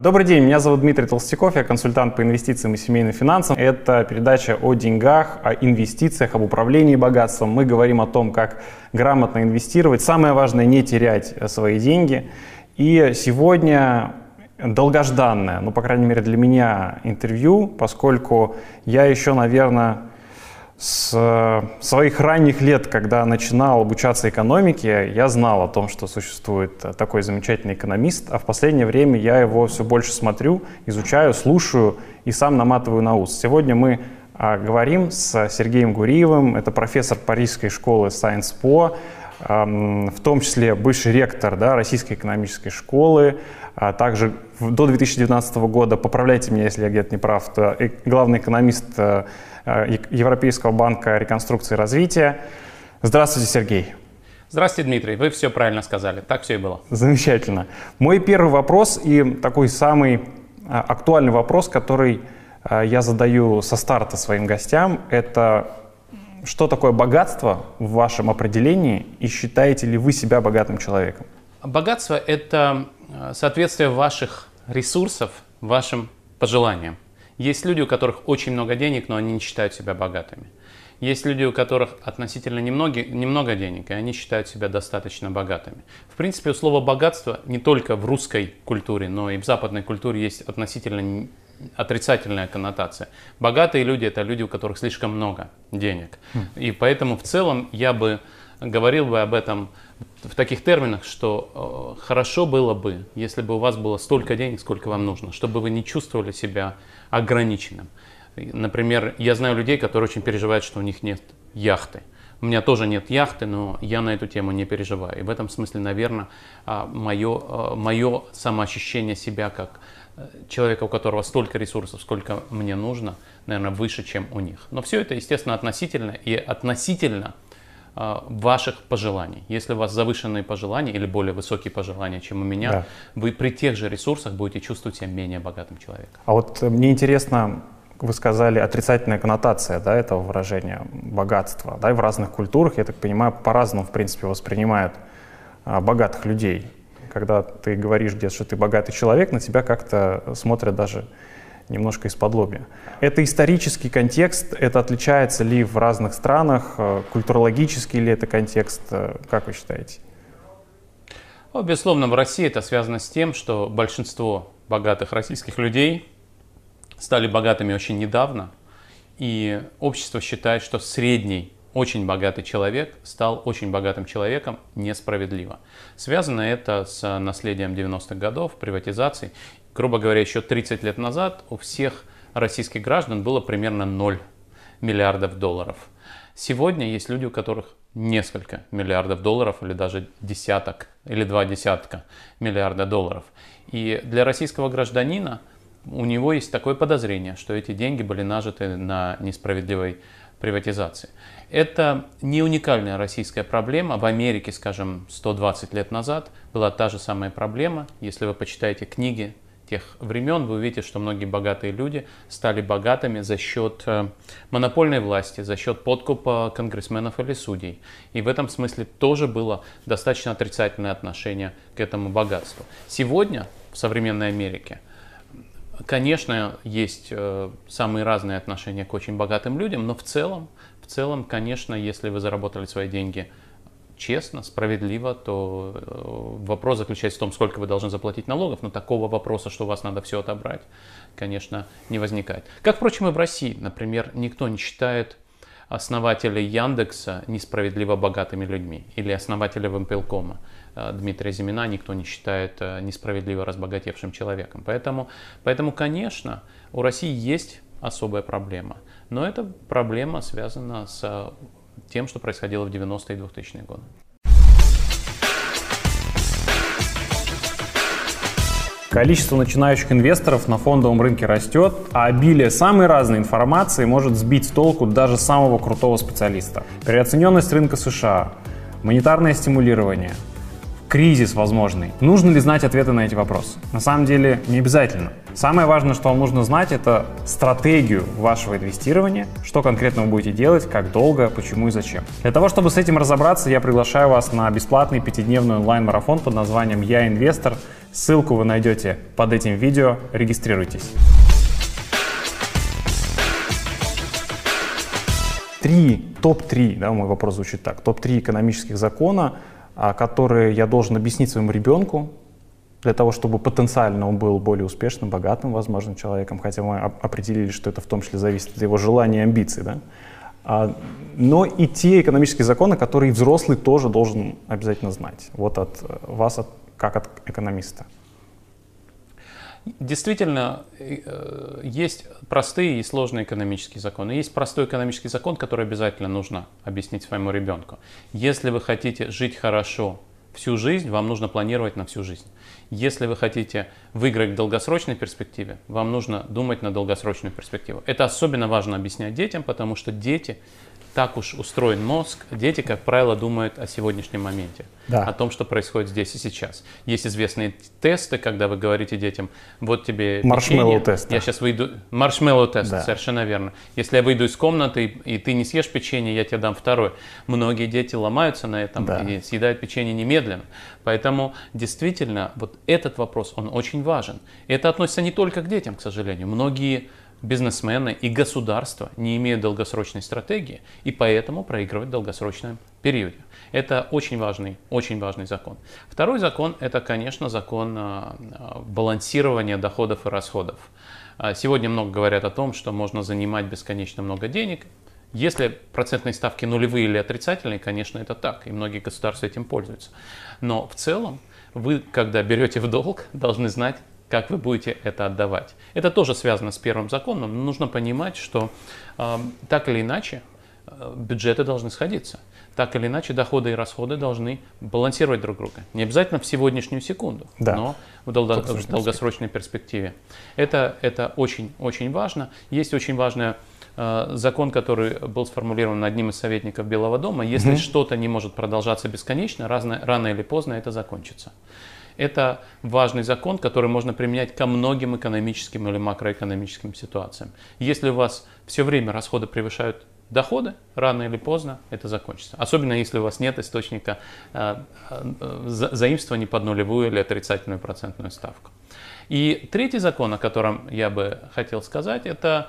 Добрый день, меня зовут Дмитрий Толстяков, я консультант по инвестициям и семейным финансам. Это передача о деньгах, о инвестициях, об управлении богатством. Мы говорим о том, как грамотно инвестировать. Самое важное — не терять свои деньги. И сегодня долгожданное, ну, по крайней мере, для меня интервью, поскольку я еще, наверное, с своих ранних лет, когда начинал обучаться экономике, я знал о том, что существует такой замечательный экономист, а в последнее время я его все больше смотрю, изучаю, слушаю и сам наматываю на ус. Сегодня мы говорим с Сергеем Гуриевым, это профессор Парижской школы Sciences Po, в том числе бывший ректор, Российской экономической школы, также до 2019 года, поправляйте меня, если я где-то не прав, главный экономист Европейского банка реконструкции и развития. Здравствуйте, Сергей. Здравствуйте, Дмитрий. Вы все правильно сказали. Так все и было. Замечательно. Мой первый вопрос и такой самый актуальный вопрос, который я задаю со старта своим гостям, это что такое богатство в вашем определении и считаете ли вы себя богатым человеком? Богатство – это соответствие ваших ресурсов вашим пожеланиям. Есть люди, у которых очень много денег, но они не считают себя богатыми. Есть люди, у которых относительно немного денег, и они считают себя достаточно богатыми. В принципе, у слова «богатство» не только в русской культуре, но и в западной культуре есть относительно отрицательная коннотация. Богатые люди – это люди, у которых слишком много денег. И поэтому в целом я бы говорил бы об этом в таких терминах, что хорошо было бы, если бы у вас было столько денег, сколько вам нужно, чтобы вы не чувствовали себя ограниченным. Например, я знаю людей, которые очень переживают, что у них нет яхты. У меня тоже нет яхты, но я на эту тему не переживаю. И в этом смысле, наверное, мое самоощущение себя как человека, у которого столько ресурсов, сколько мне нужно, наверное, выше, чем у них. Но все это, естественно, относительно и относительно ваших пожеланий. Если у вас завышенные пожелания или более высокие пожелания, чем у меня, вы при тех же ресурсах будете чувствовать себя менее богатым человеком. А вот мне интересно, вы сказали, отрицательная коннотация этого выражения богатства. И в разных культурах, я так понимаю, по-разному, в принципе, воспринимают богатых людей. Когда ты говоришь где-то, что ты богатый человек, на тебя как-то смотрят даже немножко из-под-лобья. Это исторический контекст, это отличается ли в разных странах, культурологический ли это контекст, как вы считаете? Безусловно, в России это связано с тем, что большинство богатых российских людей стали богатыми очень недавно, и общество считает, что средний, очень богатый человек стал очень богатым человеком несправедливо. Связано это с наследием 90-х годов, приватизацией. Грубо говоря, еще 30 лет назад у всех российских граждан было примерно 0 миллиардов долларов. Сегодня есть люди, у которых несколько миллиардов долларов, или даже десяток, или 2 десятка миллиарда долларов. И для российского гражданина у него есть такое подозрение, что эти деньги были нажиты на несправедливой приватизации. Это не уникальная российская проблема. В Америке, скажем, 120 лет назад была та же самая проблема. Если вы почитаете книги тех времен, вы увидите, что многие богатые люди стали богатыми за счет монопольной власти, за счет подкупа конгрессменов или судей. И в этом смысле тоже было достаточно отрицательное отношение к этому богатству. Сегодня в современной Америке, конечно, есть самые разные отношения к очень богатым людям, но в целом, конечно, если вы заработали свои деньги честно, справедливо, то вопрос заключается в том, сколько вы должны заплатить налогов, но такого вопроса, что у вас надо все отобрать, конечно, не возникает. Как, впрочем, и в России, например, никто не считает основателей Яндекса несправедливо богатыми людьми, или основателя Вимпелкома Дмитрия Зимина никто не считает несправедливо разбогатевшим человеком. Поэтому, конечно, у России есть особая проблема, но эта проблема связана с тем, что происходило в 90-е и 2000-е годы. Количество начинающих инвесторов на фондовом рынке растет, а обилие самой разной информации может сбить с толку даже самого крутого специалиста. Переоцененность рынка США, монетарное стимулирование. кризис возможный. Нужно ли знать ответы на эти вопросы? На самом деле не обязательно. Самое важное, что вам нужно знать, это стратегию вашего инвестирования, что конкретно вы будете делать, как долго, почему и зачем. Для того, чтобы с этим разобраться, я приглашаю вас на бесплатный 5-дневный онлайн-марафон под названием «Я инвестор». Ссылку вы найдете под этим видео. Регистрируйтесь. Топ-3, да, мой вопрос звучит так, топ-3 экономических закона, которые я должен объяснить своему ребенку, для того, чтобы потенциально он был более успешным, богатым, возможно, человеком, хотя мы определили, что это в том числе зависит от его желаний и амбиций, да? Но и те экономические законы, которые взрослый тоже должен обязательно знать, вот от вас, как от экономиста. Действительно, есть простые и сложные экономические законы. Есть простой экономический закон, который обязательно нужно объяснить своему ребенку. Если вы хотите жить хорошо всю жизнь, вам нужно планировать на всю жизнь. Если вы хотите выиграть в долгосрочной перспективе, вам нужно думать на долгосрочную перспективу. Это особенно важно объяснять детям, потому что дети, так уж устроен мозг, дети, как правило, думают о сегодняшнем моменте, да, о том, что происходит здесь и сейчас. Есть известные тесты, когда вы говорите детям, вот тебе маршмеллоу тест. Я сейчас выйду... Маршмеллоу тест, да, совершенно верно. Если я выйду из комнаты, и ты не съешь печенье, я тебе дам второе. Многие дети ломаются на этом, да, и съедают печенье немедленно. Поэтому действительно вот этот вопрос, он очень важен. Это относится не только к детям, к сожалению. Многие бизнесмены и государства не имеют долгосрочной стратегии и поэтому проигрывают в долгосрочном периоде. Это очень важный закон. Второй закон – это, конечно, закон балансирования доходов и расходов. Сегодня много говорят о том, что можно занимать бесконечно много денег. Если процентные ставки нулевые или отрицательные, конечно, это так, и многие государства этим пользуются. Но в целом вы, когда берете в долг, должны знать, как вы будете это отдавать. Это тоже связано с первым законом, но нужно понимать, что так или иначе бюджеты должны сходиться. Так или иначе доходы и расходы должны балансировать друг друга. Не обязательно в сегодняшнюю секунду, да, но в долгосрочной перспективе. Это очень важно. Есть очень важный закон, который был сформулирован одним из советников Белого дома. Если что-то не может продолжаться бесконечно, рано или поздно это закончится. Это важный закон, который можно применять ко многим экономическим или макроэкономическим ситуациям. Если у вас все время расходы превышают доходы, рано или поздно это закончится. Особенно если у вас нет источника заимствований под нулевую или отрицательную процентную ставку. И третий закон, о котором я бы хотел сказать, это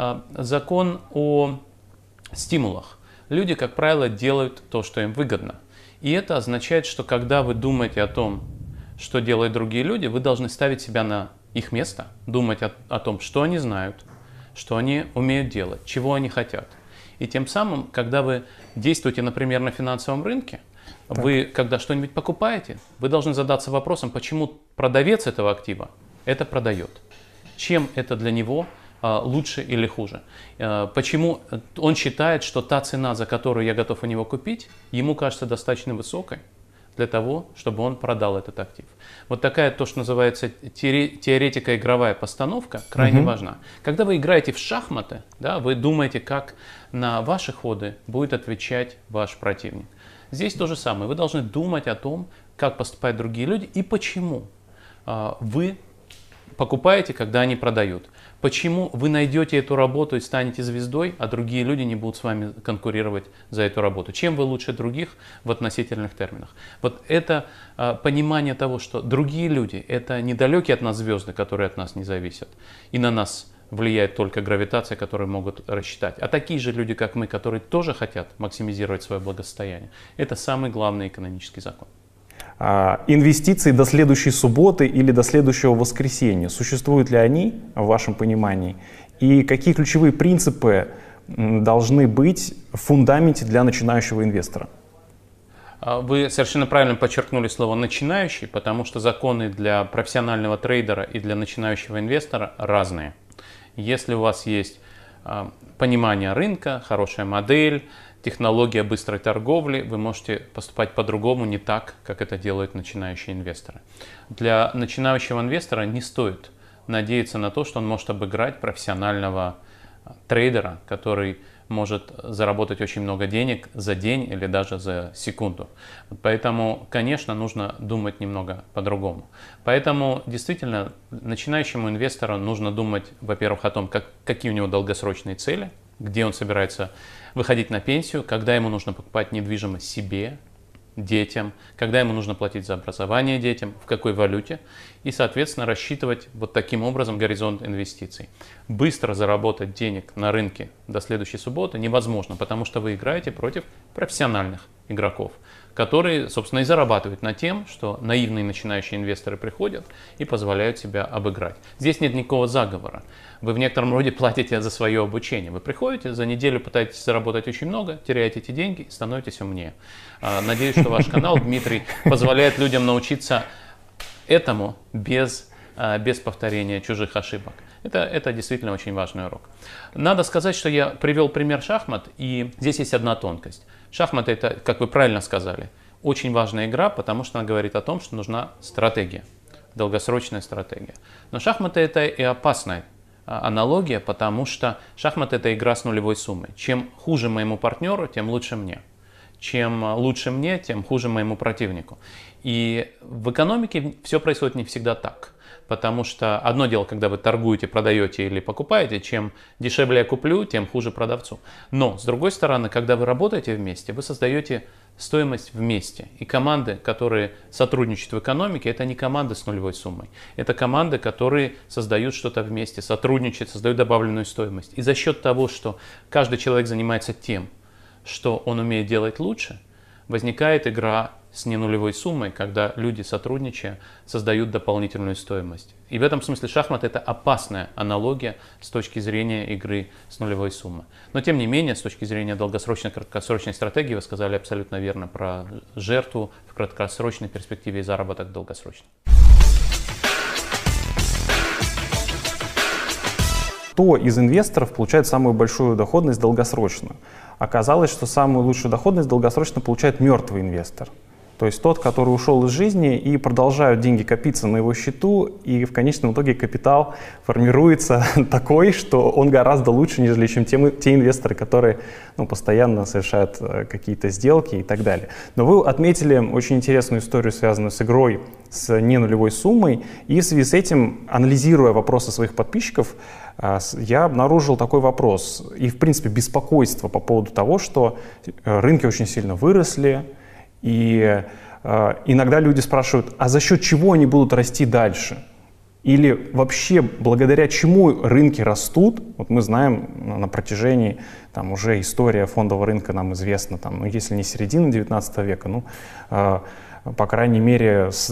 закон о стимулах. Люди, как правило, делают то, что им выгодно. И это означает, что когда вы думаете о том, что делают другие люди, вы должны ставить себя на их место, думать о том, что они знают, что они умеют делать, чего они хотят. И тем самым, когда вы действуете, например, на финансовом рынке, вы, когда что-нибудь покупаете, вы должны задаться вопросом, почему продавец этого актива это продает. Чем это для него лучше или хуже. Почему он считает, что та цена, за которую я готов у него купить, ему кажется достаточно высокой для того, чтобы он продал этот актив. Вот такая, то, что называется теоретико-игровая постановка, крайне важна. Когда вы играете в шахматы, да, вы думаете, как на ваши ходы будет отвечать ваш противник. Здесь то же самое. Вы должны думать о том, как поступают другие люди и почему вы покупаете, когда они продают. Почему вы найдете эту работу и станете звездой, а другие люди не будут с вами конкурировать за эту работу? Чем вы лучше других в относительных терминах? Вот это понимание того, что другие люди – это недалекие от нас звезды, которые от нас не зависят, и на нас влияет только гравитация, которую могут рассчитать. А такие же люди, как мы, которые тоже хотят максимизировать свое благосостояние, это самый главный экономический закон. Инвестиции до следующей субботы или до следующего воскресенья, существуют ли они в вашем понимании? И какие ключевые принципы должны быть в фундаменте для начинающего инвестора? Вы совершенно правильно подчеркнули слово «начинающий», потому что законы для профессионального трейдера и для начинающего инвестора разные. Если у вас есть понимание рынка, хорошая модель, технология быстрой торговли, вы можете поступать по-другому, не так, как это делают начинающие инвесторы. Для начинающего инвестора не стоит надеяться на то, что он может обыграть профессионального трейдера, который может заработать очень много денег за день или даже за секунду. Поэтому, конечно, нужно думать немного по-другому. Поэтому действительно начинающему инвестору нужно думать, во-первых, о том, какие у него долгосрочные цели, где он собирается выходить на пенсию, когда ему нужно покупать недвижимость себе, детям, когда ему нужно платить за образование детям, в какой валюте, и, соответственно, рассчитывать вот таким образом горизонт инвестиций. Быстро заработать денег на рынке до следующей субботы невозможно, потому что вы играете против профессиональных игроков, которые, собственно, и зарабатывают на тем, что наивные начинающие инвесторы приходят и позволяют себя обыграть. Здесь нет никакого заговора. Вы в некотором роде платите за свое обучение. Вы приходите, за неделю пытаетесь заработать очень много, теряете эти деньги и становитесь умнее. Надеюсь, что ваш канал, Дмитрий, позволяет людям научиться этому без повторения чужих ошибок. Это действительно очень важный урок. Надо сказать, что я привел пример шахмат, и здесь есть одна тонкость. Шахматы — это, как вы правильно сказали, очень важная игра, потому что она говорит о том, что нужна стратегия, долгосрочная стратегия. Но шахматы — это и опасная аналогия, потому что шахматы — это игра с нулевой суммой. Чем хуже моему партнеру, тем лучше мне. Чем лучше мне, тем хуже моему противнику. И в экономике все происходит не всегда так. Потому что одно дело, когда вы торгуете, продаете или покупаете, чем дешевле я куплю, тем хуже продавцу. Но, с другой стороны, когда вы работаете вместе, вы создаете стоимость вместе. И команды, которые сотрудничают в экономике, это не команды с нулевой суммой. Это команды, которые создают что-то вместе, сотрудничают, создают добавленную стоимость. И за счет того, что каждый человек занимается тем, что он умеет делать лучше, возникает игра с ненулевой суммой, когда люди, сотрудничая, создают дополнительную стоимость. И в этом смысле шахмат — это опасная аналогия с точки зрения игры с нулевой суммой. Но тем не менее, с точки зрения долгосрочной, краткосрочной стратегии, вы сказали абсолютно верно про жертву в краткосрочной перспективе и заработок в долгосрочной. Кто из инвесторов получает самую большую доходность долгосрочно? Оказалось, что самую лучшую доходность долгосрочно получает мертвый инвестор. То есть тот, который ушел из жизни, и продолжают деньги копиться на его счету, и в конечном итоге капитал формируется такой, что он гораздо лучше, нежели чем те инвесторы, которые постоянно совершают какие-то сделки и так далее. Но вы отметили очень интересную историю, связанную с игрой с ненулевой суммой, и в связи с этим, анализируя вопросы своих подписчиков, я обнаружил такой вопрос и, в принципе, беспокойство по поводу того, что рынки очень сильно выросли, и иногда люди спрашивают, а за счет чего они будут расти дальше? Или вообще благодаря чему рынки растут? Вот мы знаем на протяжении, уже история фондового рынка нам известна, если не середины 19 века, по крайней мере, с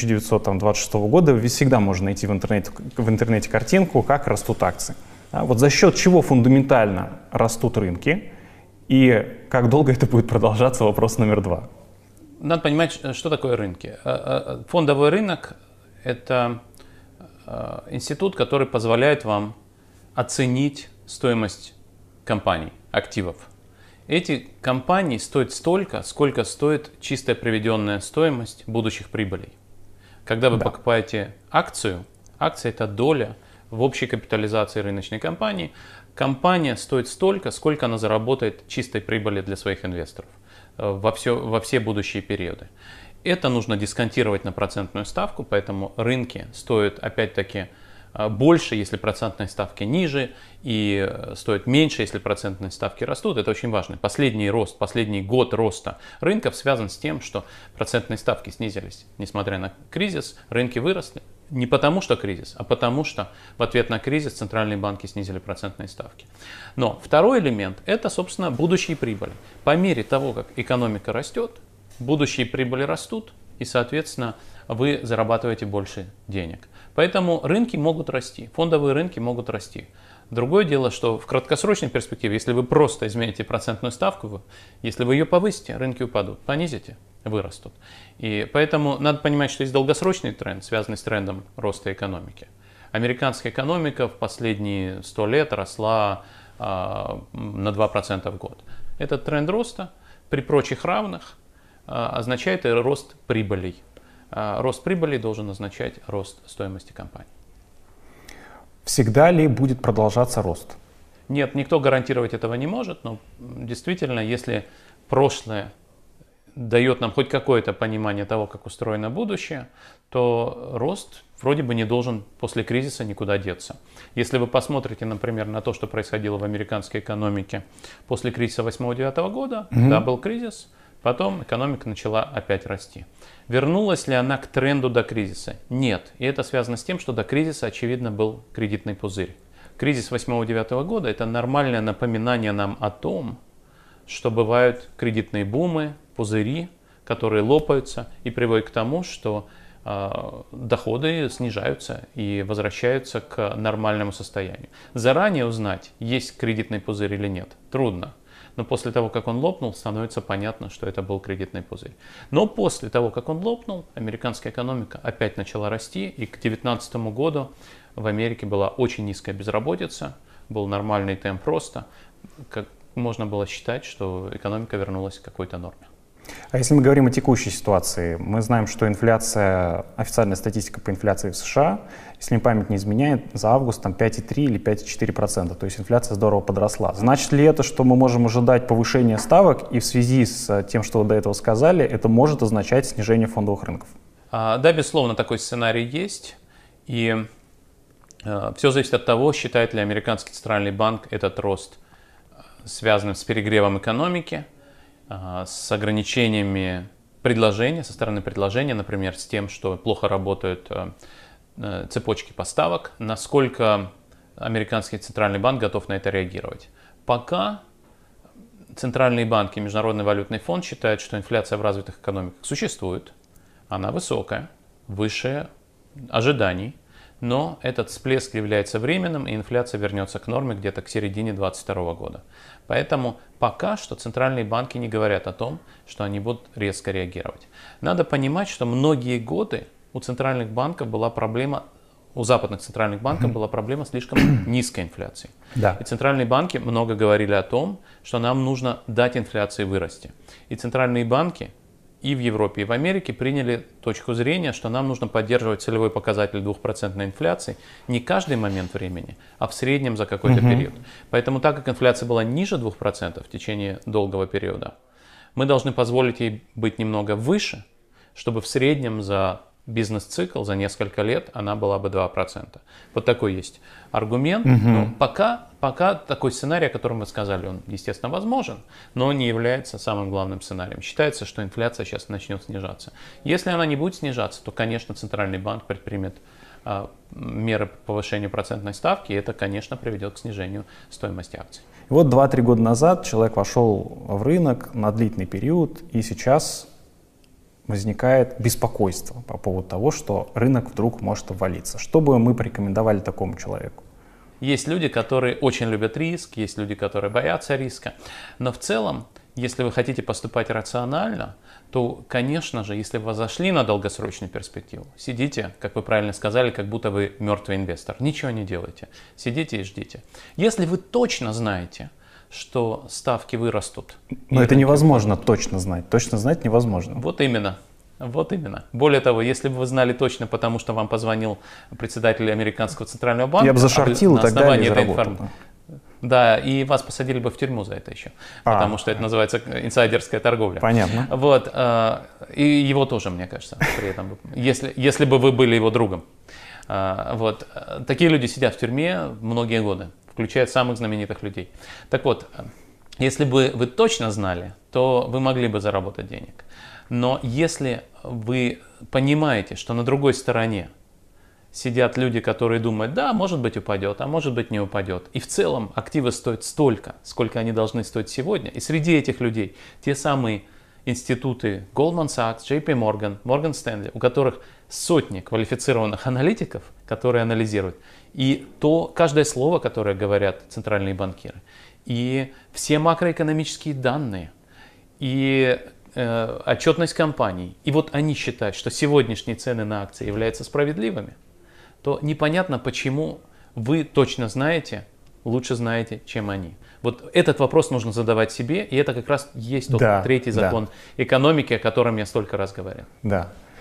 1926 года всегда можно найти в интернете картинку, как растут акции. Вот за счет чего фундаментально растут рынки и как долго это будет продолжаться, вопрос номер 2. Надо понимать, что такое рынки. Фондовый рынок – это институт, который позволяет вам оценить стоимость компаний, активов. Эти компании стоят столько, сколько стоит чистая приведенная стоимость будущих прибылей. Когда вы покупаете акцию, акция – это доля в общей капитализации рыночной компании. Компания стоит столько, сколько она заработает чистой прибыли для своих инвесторов во все будущие периоды. Это нужно дисконтировать на процентную ставку, поэтому рынки стоят опять-таки больше, если процентные ставки ниже, и стоят меньше, если процентные ставки растут. Это очень важно. Последний год роста рынков связан с тем, что процентные ставки снизились. Несмотря на кризис, рынки выросли. Не потому что кризис, а потому что в ответ на кризис центральные банки снизили процентные ставки. Но второй элемент – это, собственно, будущие прибыли. По мере того, как экономика растет, будущие прибыли растут, и, соответственно, вы зарабатываете больше денег. Поэтому рынки могут расти, фондовые рынки могут расти. Другое дело, что в краткосрочной перспективе, если вы просто измените процентную ставку, если вы ее повысите, рынки упадут, понизите, вырастут. И поэтому надо понимать, что есть долгосрочный тренд, связанный с трендом роста экономики. Американская экономика в последние 100 лет росла на 2% в год. Этот тренд роста при прочих равных означает и рост прибылей. Рост прибылей должен означать рост стоимости компании. Всегда ли будет продолжаться рост? Нет, никто гарантировать этого не может, но действительно, если прошлое дает нам хоть какое-то понимание того, как устроено будущее, то рост вроде бы не должен после кризиса никуда деться. Если вы посмотрите, например, на то, что происходило в американской экономике после кризиса 8-9 года, да, был кризис, потом экономика начала опять расти. Вернулась ли она к тренду до кризиса? Нет. И это связано с тем, что до кризиса, очевидно, был кредитный пузырь. Кризис 8-9 года – это нормальное напоминание нам о том, что бывают кредитные бумы, пузыри, которые лопаются и приводят к тому, что доходы снижаются и возвращаются к нормальному состоянию. Заранее узнать, есть кредитный пузырь или нет, трудно. Но после того, как он лопнул, становится понятно, что это был кредитный пузырь. Но после того, как он лопнул, американская экономика опять начала расти, и к 2019 году в Америке была очень низкая безработица, был нормальный темп роста. Как можно было считать, что экономика вернулась к какой-то норме. А если мы говорим о текущей ситуации, мы знаем, что инфляция, официальная статистика по инфляции в США, если мне память не изменяет, за август там 5,3 или 5,4%, то есть инфляция здорово подросла. Значит ли это, что мы можем ожидать повышения ставок, и в связи с тем, что вы до этого сказали, это может означать снижение фондовых рынков? Да, безусловно, такой сценарий есть, и все зависит от того, считает ли американский центральный банк этот рост связанным с перегревом экономики, с ограничениями предложения, со стороны предложения, например, с тем, что плохо работают цепочки поставок, насколько американский центральный банк готов на это реагировать. Пока центральные банки и Международный валютный фонд считают, что инфляция в развитых экономиках существует, она высокая, выше ожиданий, но этот всплеск является временным, и инфляция вернется к норме где-то к середине 2022 года. Поэтому пока что центральные банки не говорят о том, что они будут резко реагировать. Надо понимать, что многие годы у центральных банков была проблема, у западных центральных банков была проблема слишком низкой инфляции. Да. И центральные банки много говорили о том, что нам нужно дать инфляции вырасти. И центральные банки и в Европе, и в Америке приняли точку зрения, что нам нужно поддерживать целевой показатель 2% инфляции не каждый момент времени, а в среднем за какой-то период. Поэтому так как инфляция была ниже 2% в течение долгого периода, мы должны позволить ей быть немного выше, чтобы в среднем за бизнес-цикл, за несколько лет она была бы 2%. Вот такой есть аргумент. Но пока такой сценарий, о котором вы сказали, он, естественно, возможен, но он не является самым главным сценарием. Считается, что инфляция сейчас начнет снижаться. Если она не будет снижаться, то, конечно, Центральный банк предпримет меры по повышению процентной ставки, и это, конечно, приведет к снижению стоимости акций. И вот 2-3 года назад человек вошел в рынок на длительный период, и сейчас возникает беспокойство по поводу того, что рынок вдруг может обвалиться. Что бы мы порекомендовали такому человеку? Есть люди, которые очень любят риск, есть люди, которые боятся риска. Но в целом, если вы хотите поступать рационально, то, конечно же, если вы зашли на долгосрочную перспективу, сидите, как вы правильно сказали, как будто вы мертвый инвестор. Ничего не делайте. Сидите и ждите. Если вы точно знаете, что ставки вырастут. Но это невозможно точно знать. Точно знать невозможно. Вот именно. Вот именно. Более того, если бы вы знали точно, потому что вам позвонил председатель американского центрального банка, я бы зашортил и так далее, и заработал. Да, и вас посадили бы в тюрьму за это еще, потому что это называется инсайдерская торговля. Понятно. Вот, и его тоже, мне кажется, при этом, если бы вы были его другом. Вот, такие люди сидят в тюрьме многие годы, включая самых знаменитых людей. Так вот, если бы вы точно знали, то вы могли бы заработать денег. Но если вы понимаете, что на другой стороне сидят люди, которые думают, да, может быть упадет, а может быть не упадет. И в целом активы стоят столько, сколько они должны стоить сегодня. И среди этих людей те самые институты Goldman Sachs, JP Morgan, Morgan Stanley, у которых сотни квалифицированных аналитиков, которые анализируют. И то каждое слово, которое говорят центральные банкиры, и все макроэкономические данные, и отчетность компаний, и вот они считают, что сегодняшние цены на акции являются справедливыми, то непонятно, почему вы точно знаете, лучше знаете, чем они. Вот этот вопрос нужно задавать себе, и это как раз есть тот третий закон экономики, о котором я столько раз говорил. Да.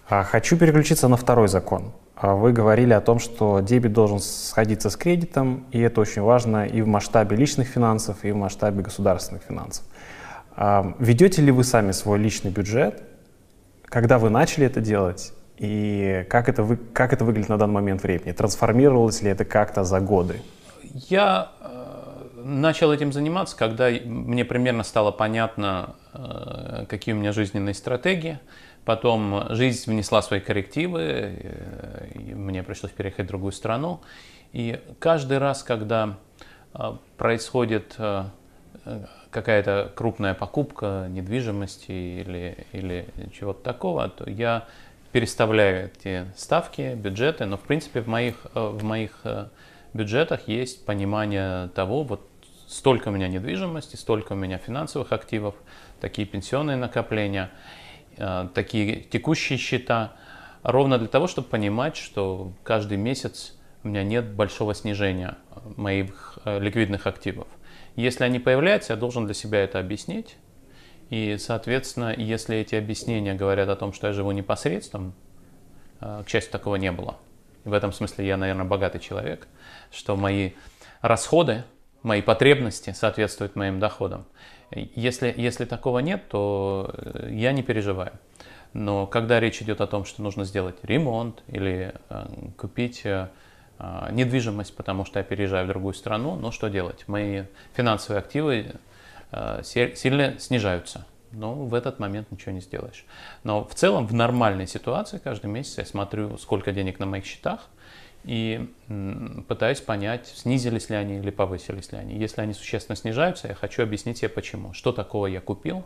Хочу переключиться на второй закон. Вы говорили о том, что дебет должен сходиться с кредитом, и это очень важно и в масштабе личных финансов, и в масштабе государственных финансов. Ведете ли вы сами свой личный бюджет? Когда вы начали это делать? И как это выглядит на данный момент времени? Трансформировалось ли это как-то за годы? Я начал этим заниматься, когда мне примерно стало понятно, какие у меня жизненные стратегии. Потом жизнь внесла свои коррективы, и мне пришлось переехать в другую страну. И каждый раз, когда происходит какая-то крупная покупка недвижимости или чего-то такого, то я переставляю эти ставки, бюджеты. Но в принципе в моих бюджетах есть понимание того, вот столько у меня недвижимости, столько у меня финансовых активов, такие пенсионные накопления, такие текущие счета, ровно для того, чтобы понимать, что каждый месяц у меня нет большого снижения моих ликвидных активов. Если они появляются, я должен для себя это объяснить. И, соответственно, если эти объяснения говорят о том, что я живу непосредством, к счастью, такого не было. И в этом смысле я, наверное, богатый человек, что мои расходы, мои потребности соответствуют моим доходам. Если такого нет, то я не переживаю. Но когда речь идет о том, что нужно сделать ремонт или купить недвижимость, потому что я переезжаю в другую страну, ну что делать? Мои финансовые активы сильно снижаются. Но в этот момент ничего не сделаешь. Но в целом в нормальной ситуации каждый месяц я смотрю, сколько денег на моих счетах, и пытаюсь понять, снизились ли они или повысились ли они. Если они существенно снижаются, я хочу объяснить себе почему. Что такого я купил,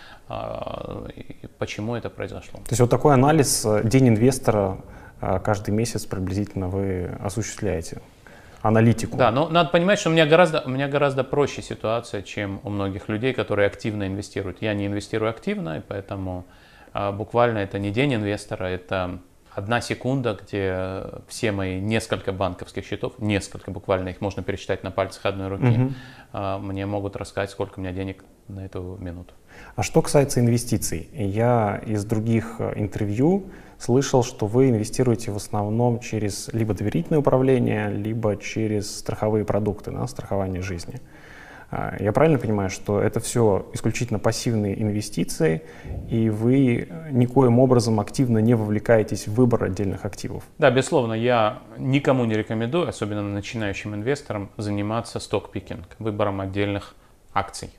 и почему это произошло. То есть вот такой анализ День инвестора каждый месяц приблизительно вы осуществляете? Аналитику. Да, но надо понимать, что у меня гораздо проще ситуация, чем у многих людей, которые активно инвестируют. Я не инвестирую активно, и поэтому буквально это не день инвестора, это 1 секунда, где все мои несколько банковских счетов, буквально их можно пересчитать на пальцах одной руки, мне могут рассказать, сколько у меня денег на эту минуту. А что касается инвестиций, я из других интервью слышал, что вы инвестируете в основном через либо доверительное управление, либо через страховые продукты, страхование жизни. Я правильно понимаю, что это все исключительно пассивные инвестиции, и вы никоим образом активно не вовлекаетесь в выбор отдельных активов? Да, безусловно, я никому не рекомендую, особенно начинающим инвесторам, заниматься сток-пикинг, выбором отдельных акций.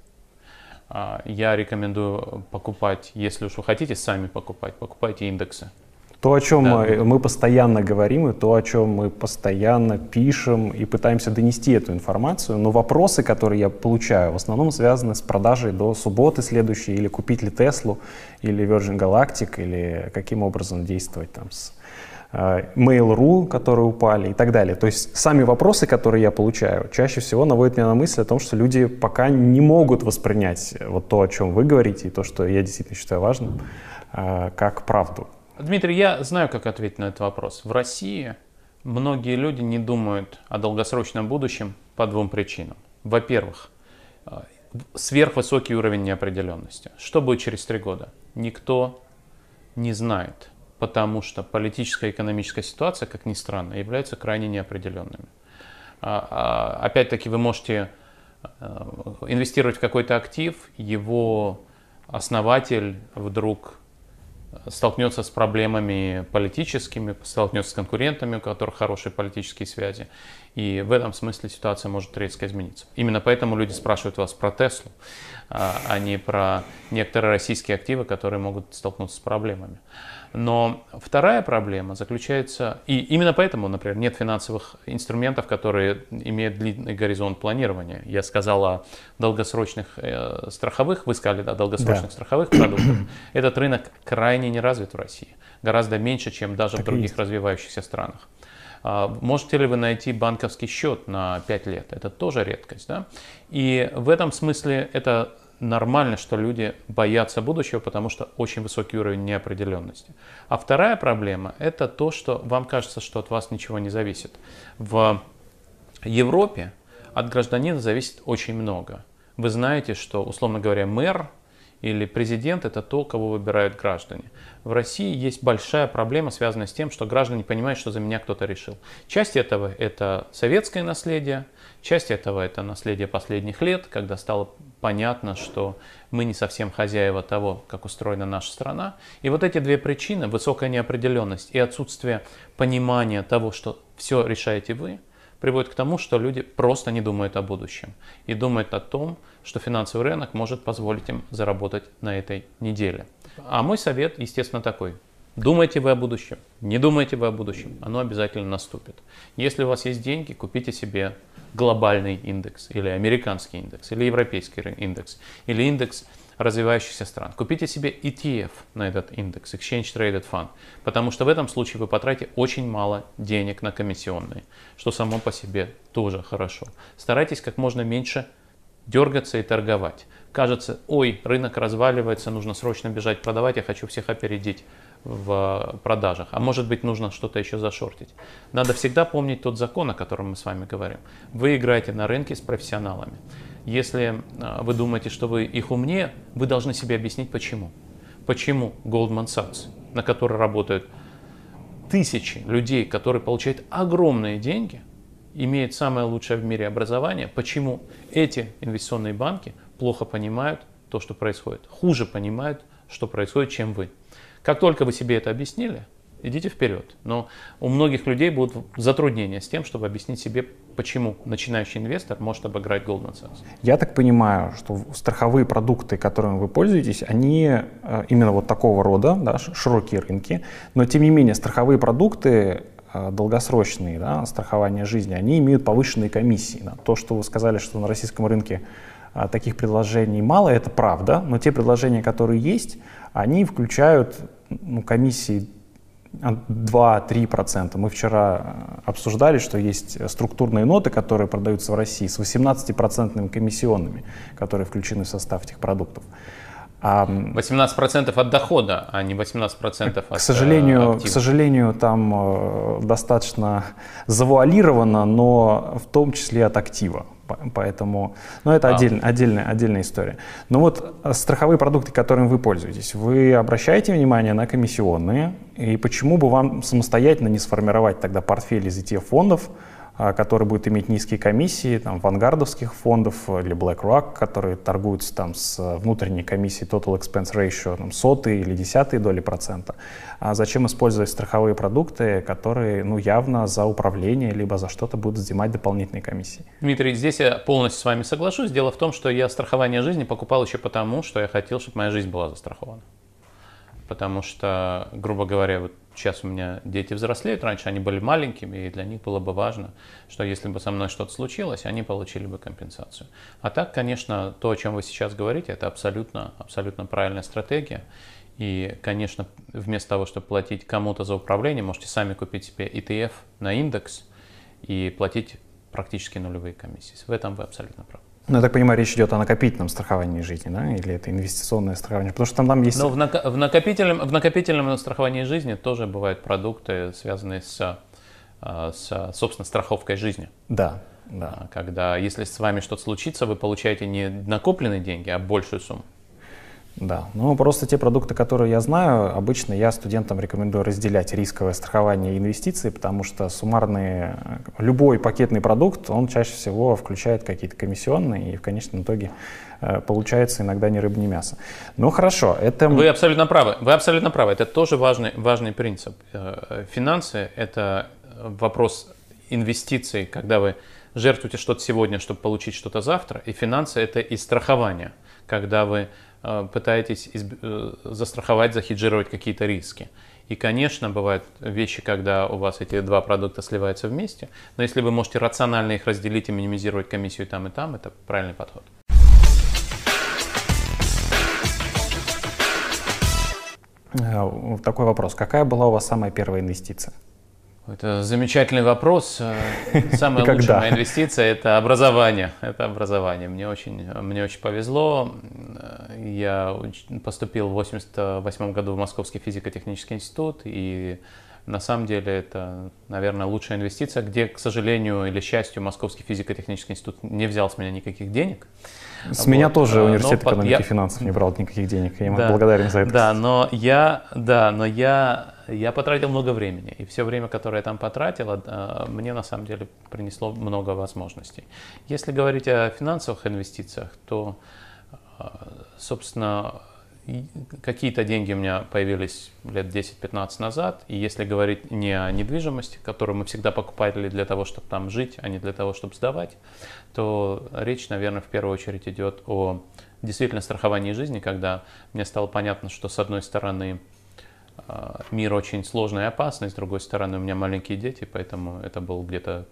Я рекомендую покупать, если уж вы хотите сами покупать, покупайте индексы. То, о чем мы постоянно говорим, и то, о чем мы постоянно пишем и пытаемся донести эту информацию, но вопросы, которые я получаю, в основном связаны с продажей до субботы следующей, или купить ли Теслу, или Virgin Galactic, или каким образом действовать там с Mail.ru, которые упали и так далее. То есть сами вопросы, которые я получаю, чаще всего наводят меня на мысль о том, что люди пока не могут воспринять вот то, о чем вы говорите, и то, что я действительно считаю важным, как правду. Дмитрий, я знаю, как ответить на этот вопрос. В России многие люди не думают о долгосрочном будущем по 2 причинам. Во-первых, сверхвысокий уровень неопределенности. Что будет через 3 года? Никто не знает, потому что политическая и экономическая ситуация, как ни странно, являются крайне неопределенными. Опять-таки вы можете инвестировать в какой-то актив, его основатель вдруг столкнется с проблемами политическими, столкнется с конкурентами, у которых хорошие политические связи. И в этом смысле ситуация может резко измениться. Именно поэтому люди спрашивают вас про Теслу, а не про некоторые российские активы, которые могут столкнуться с проблемами. Но вторая проблема заключается, и именно поэтому, например, нет финансовых инструментов, которые имеют длинный горизонт планирования. Я сказал о долгосрочных страховых, вы сказали о долгосрочных страховых продуктах. Этот рынок крайне не развит в России, гораздо меньше, чем даже в других развивающихся странах. Можете ли вы найти банковский счет на 5 лет? Это тоже редкость. Да? И в этом смысле это нормально, что люди боятся будущего, потому что очень высокий уровень неопределенности. А вторая проблема – это то, что вам кажется, что от вас ничего не зависит. В Европе от гражданина зависит очень много. Вы знаете, что, условно говоря, мэр или президент – это то, кого выбирают граждане. В России есть большая проблема, связанная с тем, что граждане понимают, что за меня кто-то решил. Часть этого – это советское наследие, часть этого – это наследие последних лет, когда стало понятно, что мы не совсем хозяева того, как устроена наша страна. И вот эти две причины – высокая неопределенность и отсутствие понимания того, что все решаете вы – приводит к тому, что люди просто не думают о будущем и думают о том, что финансовый рынок может позволить им заработать на этой неделе. А мой совет, естественно, такой. Думаете вы о будущем, не думаете вы о будущем, оно обязательно наступит. Если у вас есть деньги, купите себе глобальный индекс, или американский индекс, или европейский индекс, или индекс развивающихся стран. Купите себе ETF на этот индекс, Exchange Traded Fund, потому что в этом случае вы потратите очень мало денег на комиссионные, что само по себе тоже хорошо. Старайтесь как можно меньше дергаться и торговать. Кажется, ой, рынок разваливается, нужно срочно бежать продавать, я хочу всех опередить в продажах. А может быть, нужно что-то еще зашортить. Надо всегда помнить тот закон, о котором мы с вами говорим. Вы играете на рынке с профессионалами. Если вы думаете, что вы их умнее, вы должны себе объяснить, почему. Почему Goldman Sachs, на которой работают тысячи людей, которые получают огромные деньги, имеет самое лучшее в мире образование, почему эти инвестиционные банки плохо понимают то, что происходит, хуже понимают, что происходит, чем вы. Как только вы себе это объяснили, идите вперед. Но у многих людей будут затруднения с тем, чтобы объяснить себе, почему начинающий инвестор может обыграть Goldman Sachs. Я так понимаю, что страховые продукты, которыми вы пользуетесь, они именно вот такого рода, да, широкие рынки, но тем не менее страховые продукты долгосрочные, да, страхование жизни, они имеют повышенные комиссии. Да. То, что вы сказали, что на российском рынке таких предложений мало, это правда, но те предложения, которые есть, они включают комиссии 2-3%. Мы вчера обсуждали, что есть структурные ноты, которые продаются в России с 18% комиссионными, которые включены в состав этих продуктов. 18% от дохода, а не 18% от к сожалению, там достаточно завуалировано, но в том числе от актива. Поэтому, это отдельная история. Но вот страховые продукты, которыми вы пользуетесь, вы обращаете внимание на комиссионные? И почему бы вам самостоятельно не сформировать тогда портфель из ETF-фондов, который будет иметь низкие комиссии, там, вангардовских фондов или BlackRock, которые торгуются там с внутренней комиссией Total Expense Ratio, там, 100 или 0,1%. А зачем использовать страховые продукты, которые явно за управление либо за что-то будут взимать дополнительные комиссии? Дмитрий, здесь я полностью с вами соглашусь. Дело в том, что я страхование жизни покупал еще потому, что я хотел, чтобы моя жизнь была застрахована. Потому что, грубо говоря, вот сейчас у меня дети взрослеют, раньше они были маленькими, и для них было бы важно, что если бы со мной что-то случилось, они получили бы компенсацию. А так, конечно, то, о чем вы сейчас говорите, это абсолютно правильная стратегия. И, конечно, вместо того, чтобы платить кому-то за управление, можете сами купить себе ETF на индекс и платить практически нулевые комиссии. В этом вы абсолютно правы. Я так понимаю, речь идет о накопительном страховании жизни, да? Или это инвестиционное страхование? Потому что там есть... Но в накопительном страховании жизни тоже бывают продукты, связанные с собственно, страховкой жизни. Да. Когда, если с вами что-то случится, вы получаете не накопленные деньги, а большую сумму. Да, просто те продукты, которые я знаю, обычно я студентам рекомендую разделять рисковое страхование и инвестиции, потому что любой пакетный продукт, он чаще всего включает какие-то комиссионные, и в конечном итоге получается иногда ни рыба, ни мясо. Хорошо, это... Вы абсолютно правы, это тоже важный принцип. Финансы – это вопрос инвестиций, когда вы жертвуете что-то сегодня, чтобы получить что-то завтра, и финансы – это и страхование, когда вы пытаетесь застраховать, захеджировать какие-то риски. И, конечно, бывают вещи, когда у вас эти два продукта сливаются вместе, но если вы можете рационально их разделить и минимизировать комиссию и там, это правильный подход. Такой вопрос. Какая была у вас самая первая инвестиция? Это замечательный вопрос. Самая лучшая моя инвестиция – это образование. Мне очень повезло. Я поступил в 1988 году в Московский физико-технический институт и на самом деле это, наверное, лучшая инвестиция, где, к сожалению или счастью, Московский физико-технический институт не взял с меня никаких денег. С меня тоже университет экономики и финансов не брал никаких денег, я ему благодарен за это. Да, но я потратил много времени, и все время, которое я там потратил, мне на самом деле принесло много возможностей. Если говорить о финансовых инвестициях, то, собственно, какие-то деньги у меня появились лет 10-15 назад, и если говорить не о недвижимости, которую мы всегда покупали для того, чтобы там жить, а не для того, чтобы сдавать, то речь, наверное, в первую очередь идет о действительно страховании жизни, когда мне стало понятно, что с одной стороны мир очень сложный и опасный, с другой стороны у меня маленькие дети, поэтому это был где-то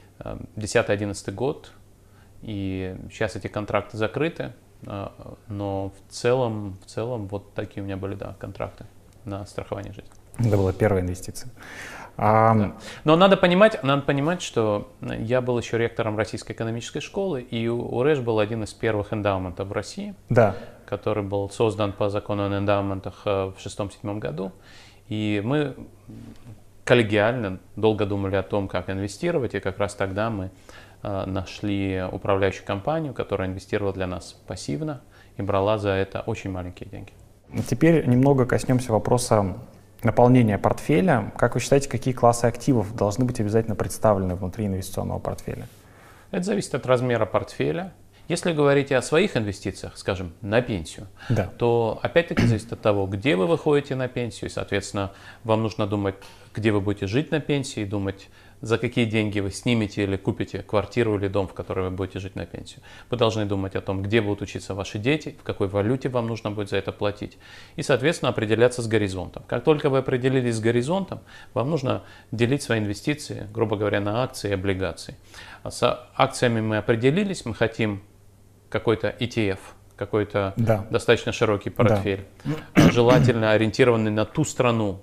10-11 год, и сейчас эти контракты закрыты. Но в целом вот такие у меня были, да, контракты на страхование жизни. Это была первая инвестиция. Да. Но надо понимать, что я был еще ректором Российской экономической школы, и у РЭШ был один из первых эндаументов в России, да, который был создан по закону о эндаументах в 1906-1907 году. И мы коллегиально долго думали о том, как инвестировать, и как раз тогда мы нашли управляющую компанию, которая инвестировала для нас пассивно и брала за это очень маленькие деньги. Теперь немного коснемся вопроса наполнения портфеля. Как вы считаете, какие классы активов должны быть обязательно представлены внутри инвестиционного портфеля? Это зависит от размера портфеля. Если говорить о своих инвестициях, скажем, на пенсию, да, то опять-таки зависит от того, где вы выходите на пенсию, и, соответственно, вам нужно думать, где вы будете жить на пенсии, думать, за какие деньги вы снимете или купите квартиру или дом, в который вы будете жить на пенсию. Вы должны думать о том, где будут учиться ваши дети, в какой валюте вам нужно будет за это платить. И, соответственно, определяться с горизонтом. Как только вы определились с горизонтом, вам нужно делить свои инвестиции, грубо говоря, на акции и облигации. С акциями мы определились, мы хотим какой-то ETF, какой-то достаточно широкий портфель, желательно ориентированный на ту страну,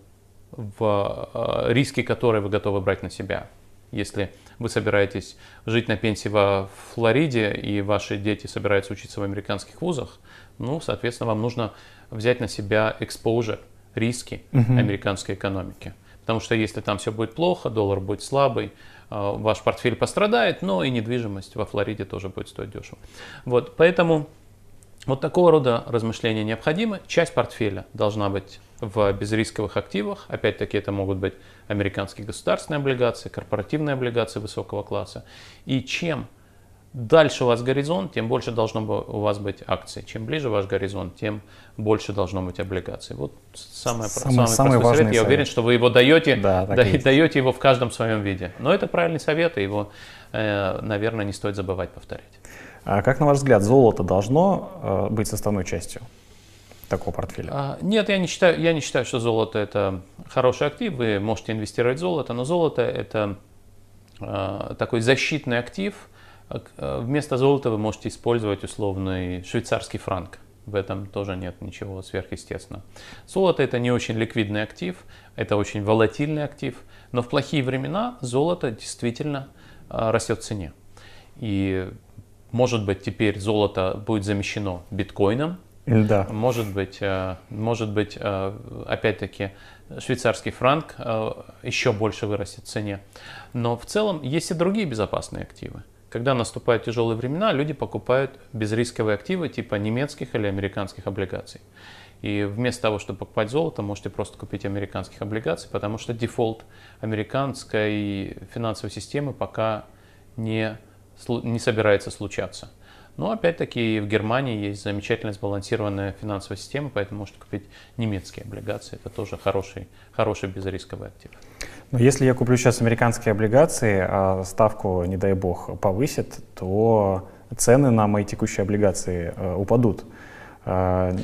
в риски которой вы готовы брать на себя. Если вы собираетесь жить на пенсии во Флориде и ваши дети собираются учиться в американских вузах, ну, соответственно, вам нужно взять на себя exposure, риски американской экономики. Потому что если там все будет плохо, доллар будет слабый, ваш портфель пострадает, но и недвижимость во Флориде тоже будет стоить дешево. Вот, поэтому вот такого рода размышления необходимы. Часть портфеля должна быть в безрисковых активах. Опять-таки это могут быть американские государственные облигации, корпоративные облигации высокого класса. И чем дальше у вас горизонт, тем больше должно у вас быть акций. Чем ближе ваш горизонт, тем больше должно быть облигаций. Вот самый простой совет. Я уверен, что вы его даете, даете его в каждом своем виде. Но это правильный совет, и его, наверное, не стоит забывать повторять. А как, на ваш взгляд, золото должно быть составной частью такого портфеля? Нет, я не считаю, что золото это хороший актив. Вы можете инвестировать в золото, но золото это такой защитный актив. Вместо золота вы можете использовать условный швейцарский франк. В этом тоже нет ничего сверхъестественного. Золото это не очень ликвидный актив, это очень волатильный актив, но в плохие времена золото действительно растет в цене. И может быть теперь золото будет замещено биткоином, да. Может быть, опять-таки, швейцарский франк еще больше вырастет в цене. Но в целом есть и другие безопасные активы. Когда наступают тяжелые времена, люди покупают безрисковые активы типа немецких или американских облигаций. И вместо того, чтобы покупать золото, можете просто купить американских облигаций, потому что дефолт американской финансовой системы пока не собирается случаться. Но опять-таки в Германии есть замечательно сбалансированная финансовая система, поэтому можете купить немецкие облигации. Это тоже хороший безрисковый актив. Но если я куплю сейчас американские облигации, а ставку, не дай бог, повысит, то цены на мои текущие облигации упадут. Но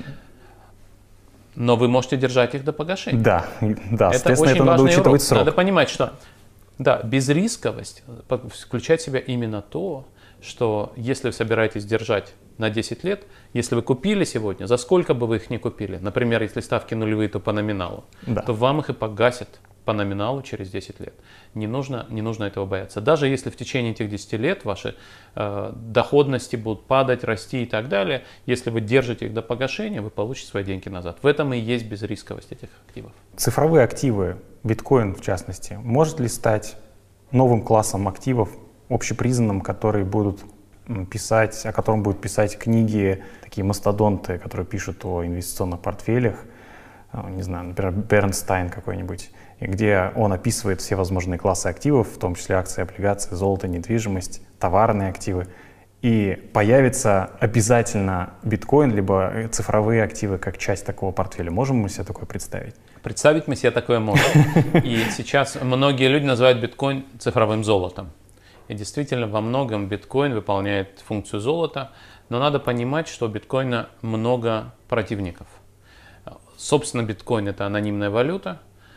вы можете держать их до погашения. Да, соответственно, это надо учитывать срок. Надо понимать, что безрисковость включает в себя именно то, что если вы собираетесь держать на 10 лет, если вы купили сегодня, за сколько бы вы их ни купили, например, если ставки нулевые, то по номиналу, то вам их и погасят по номиналу через 10 лет. Не нужно этого бояться. Даже если в течение этих 10 лет ваши доходности будут падать, расти и так далее, если вы держите их до погашения, вы получите свои деньги назад. В этом и есть безрисковость этих активов. Цифровые активы биткоин в частности, может ли стать новым классом активов, общепризнанным, которые будут писать, о котором будут писать книги, такие мастодонты, которые пишут о инвестиционных портфелях, не знаю, например, Бернстайн какой-нибудь, где он описывает все возможные классы активов, в том числе акции, облигации, золото, недвижимость, товарные активы. И появится обязательно биткоин, либо цифровые активы как часть такого портфеля. Можем мы себе такое представить? Представить мы себе такое можем. И сейчас многие люди называют биткоин цифровым золотом. И действительно, во многом биткоин выполняет функцию золота, но надо понимать, что у биткоина много противников. Собственно, биткоин — это анонимная валюта,